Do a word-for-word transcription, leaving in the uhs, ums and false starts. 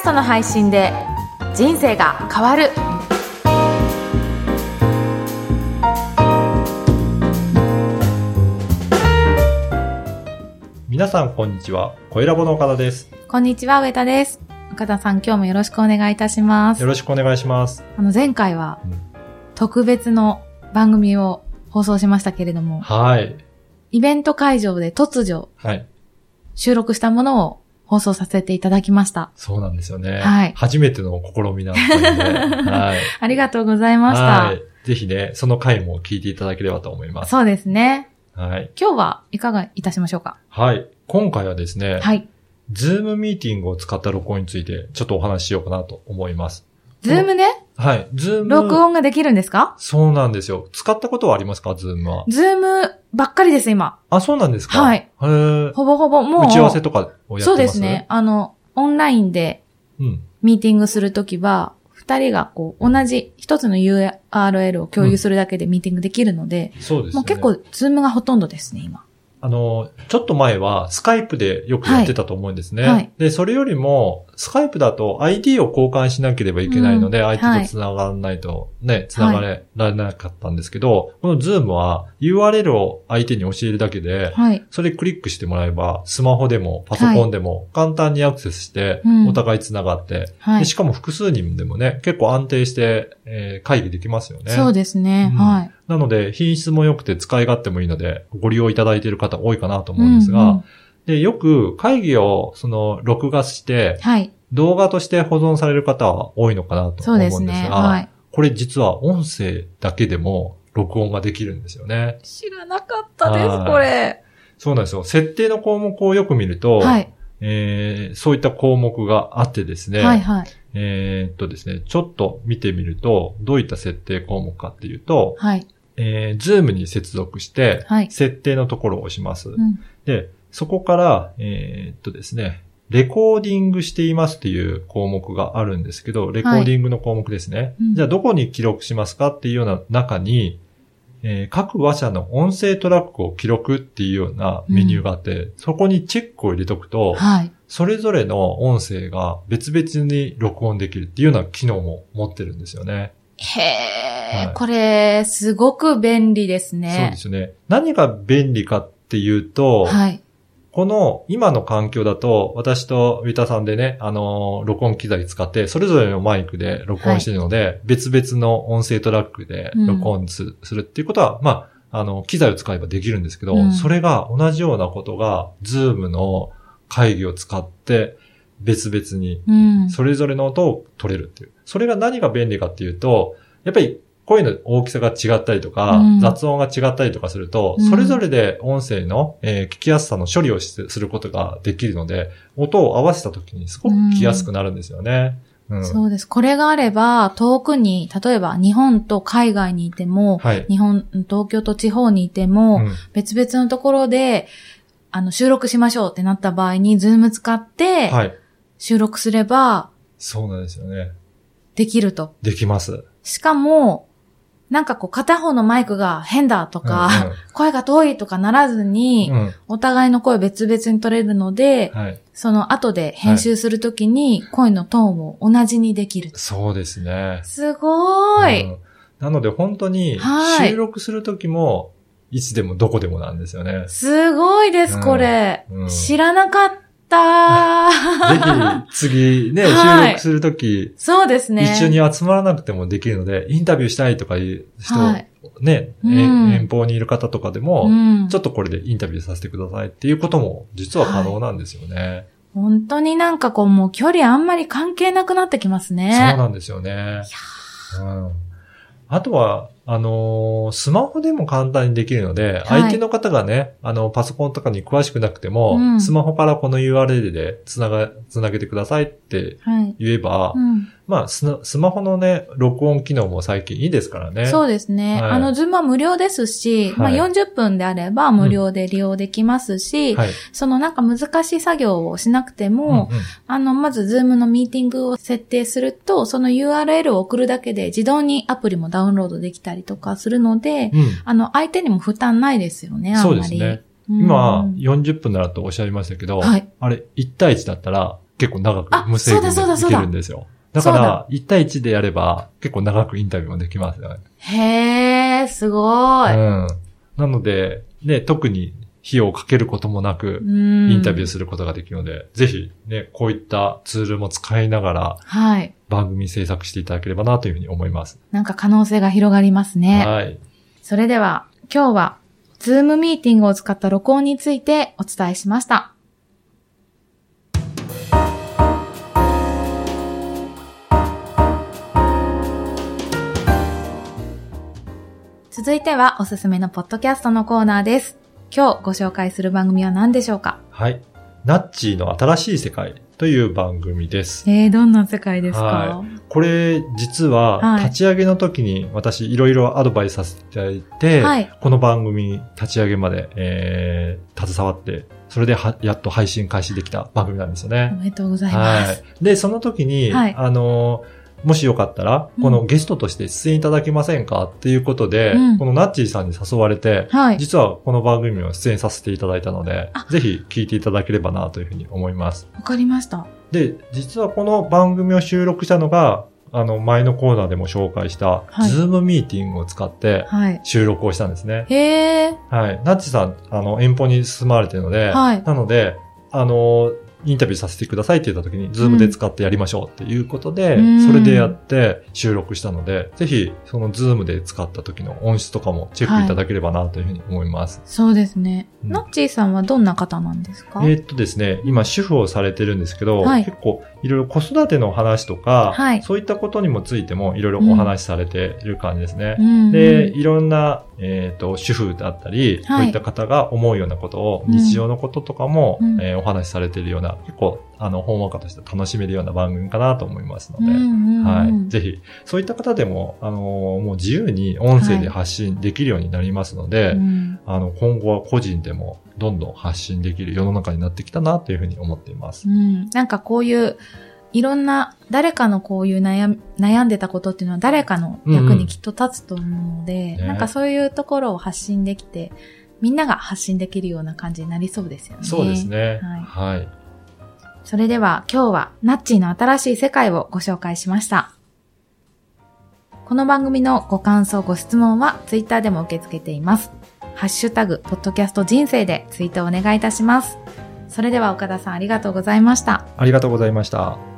ストの配信で人生が変わる。 皆さんこんにちは。声ラボの岡田です。 こんにちは、上田です。岡田さん、今日もよろしくお願いいたします。 よろしくお願いします。 あの前回は、うん、特別の番組を放送しましたけれども、 はい。 イベント会場で突如、はい、収録したものを放送させていただきました。 そうなんですよね。 はい。 初めての試みなんですので、はい。 ありがとうございました。 はい。ぜひね、その回も聞いていただければと思います。 そうですね。 はい。 今日はいかがいたしましょうか？ はい。今回はですね、 はい。 ズームミーティングを使った録音についてちょっとお話ししようかなと思います。 ズームね？ はい。ズーム。 録音ができるんですか？ そうなんですよ。使ったことはありますか？ズームは。 ズームばっかりです、今。 あ、そうなんですか？ はい。 へー。 ほぼほぼもう。 打ち合わせとかをやってます？ そうですね。あの、オンラインで、ミーティングするときは、二人がこう、同じ一つの ユーアールエル を共有するだけでミーティングできるので、 うん、そうですね。 もう結構、ズームがほとんどですね、今。 あの、ちょっと前はスカイプでよくやってたと思うんですね。はいはい、で、それよりも、スカイプだと アイディー を交換しなければいけないので、うん、相手と繋がらないとね、繋がれられなかったんですけど、はい、この Zoom は ユーアールエル を相手に教えるだけで、はい、それクリックしてもらえば、スマホでもパソコンでも簡単にアクセスして、お互い繋がって、うん、で、しかも複数人でもね、結構安定して、えー、会議できますよね。 そうですね。うん、はい。 なので、品質も良くて使い勝手もいいので、ご利用いただいている方多いかなと思うんですが、うんうん、で、よく会議を、その、録画して、はい、動画として保存される方は多いのかなと思うんですが、そうですね、はい、これ実は音声だけでも録音ができるんですよね。 知らなかったです、これ。 そうなんですよ。設定の項目をよく見ると、はい、えー、そういった項目があってですね、はいはい、えー、っとですね、ちょっと見てみると、どういった設定項目かっていうと、はい、えー、Zoom に接続して、はい、設定のところを押します。うん、で、そこから、えー、っとですね、レコーディングしていますっていう項目があるんですけど、レコーディングの項目ですね。はい、うん、じゃあどこに記録しますかっていうような中に、えー、各話者の音声トラックを記録っていうようなメニューがあって、うん、そこにチェックを入れとくと、はい、それぞれの音声が別々に録音できるっていうような機能も持ってるんですよね。 へー、はい、これ、すごく便利ですね。 そうですね。何が便利かっていうと、はい、この今の環境だと、私とウィタさんでね、あの、録音機材使って、それぞれのマイクで録音しているので、はい、別々の音声トラックで録音する、うん、っていうことは、まあ、あの、機材を使えばできるんですけど、うん、それが同じようなことが、Zoom の会議を使って、別々に、それぞれの音を取れるっていう。それが何が便利かっていうと、やっぱり声の大きさが違ったりとか、うん、雑音が違ったりとかすると、それぞれで音声の、えー、聞きやすさの処理をすることができるので、音を合わせた時にすごく聞きやすくなるんですよね。 うんうん、そうです。これがあれば、遠くに、例えば日本と海外にいても、はい、日本、東京と地方にいても、うん、別々のところで、あの、収録しましょうってなった場合に、ズーム使って、はい、収録すれば、 そうなんですよね。 できると。 できます。 しかも、なんかこう片方のマイクが変だとか、うんうん、声が遠いとかならずに、うん、お互いの声別々に取れるので、はい、その後で編集するときに声のトーンを同じにできる。はい、 そうですね。 すごーい、うん。 なので本当に収録するときも、いつでもどこでもなんですよね。 すごいです、これ。うんうん、知らなかった。ぜひ次ね、はい、収録するとき、 そうですね。 一緒に集まらなくてもできるので、インタビューしたいとかいう人、はい、ね、うん、遠方にいる方とかでも、うん、ちょっとこれでインタビューさせてくださいっていうことも実は可能なんですよね。はい、 本当になんかこうもう距離あんまり関係なくなってきますね。 そうなんですよね。うん、あとは、あのー、スマホでも簡単にできるので、はい、相手の方がね、あの、パソコンとかに詳しくなくても、うん、スマホからこの ユーアールエル でつなが、つなげてくださいって言えば、はい、うん、まあス、スマホのね、録音機能も最近いいですからね。 そうですね。はい、あの、ズームは無料ですし、はい、まあよんじゅっぷんであれば無料で利用できますし、うん、はい、そのなんか難しい作業をしなくても、うんうん、あの、まずズームのミーティングを設定すると、その ユーアールエル を送るだけで自動にアプリもダウンロードできたりとかするので、うん、あの、相手にも負担ないですよね、あんまり。 そうですね。うん、今、よんじゅっぷんだなとおっしゃいましたけど、はい、あれ、いち対いちだったら、 結構長く無制限でいけるんですよ。だから、いち対いちでやれば結構長くインタビューもできますよね。 へー、すごい。 うん。なので、ね、特に費用をかけることもなく、インタビューすることができるので、ぜひね、こういったツールも使いながら、はい。番組制作していただければなというふうに思います。 なんか可能性が広がりますね。はい。それでは、今日は、ズームミーティングを使った録音についてお伝えしました。続いてはおすすめのポッドキャストのコーナーです。今日ご紹介する番組は何でしょうか？ はい。ナッチーの新しい世界という番組です。 えー、どんな世界ですか？ はい。これ実は立ち上げの時に私いろいろアドバイスさせていただいて、はい、この番組立ち上げまで、えー、携わって、それではやっと配信開始できた番組なんですよね。 おめでとうございます。 はい。で、その時に、はい、あのー、もしよかったら、このゲストとして出演いただけませんかっていうことで、うん、このナッチーさんに誘われて、はい、実はこの番組を出演させていただいたので、ぜひ聞いていただければなというふうに思います。 わかりました。 で、実はこの番組を収録したのが、あの、前のコーナーでも紹介した、はい、ズームミーティングを使って収録をしたんですね。はい、 へー。 はい。ナッチさん、あの、遠方に住まわれているので、はい、なので、あの、インタビューさせてくださいって言った時に、ズームで使ってやりましょうっていうことで、うん、それでやって収録したので、ぜひ、そのズームで使った時の音質とかもチェックいただければなというふうに思います。はい、 そうですね。うん、ナッチーさんはどんな方なんですか？ えー、っとですね、今主婦をされてるんですけど、はい、結構いろいろ子育ての話とか、はい、そういったことにもついてもいろいろお話しされている感じですね。うん、で、いろんな、えー、っと、主婦だったり、はい、そういった方が思うようなことを、日常のこととかも、うんえー、お話しされているような、結構、あの、訪問家として楽しめるような番組かなと思いますので、うんうんうん、はい。ぜひ、そういった方でも、あの、もう自由に音声で発信できるようになりますので、はい、あの、今後は個人でもどんどん発信できる世の中になってきたなというふうに思っています。 うん、なんかこういう、いろんな、誰かのこういう悩、悩んでたことっていうのは誰かの役にきっと立つと思うので、うんうんね、なんかそういうところを発信できて、みんなが発信できるような感じになりそうですよね。 そうですね。はい。はい、 それでは今日はナッチーの新しい世界をご紹介しました。この番組のご感想、ご質問はツイッターでも受け付けています。ハッシュタグ、ポッドキャスト人生でツイートをお願いいたします。それでは岡田さんありがとうございました。 ありがとうございました。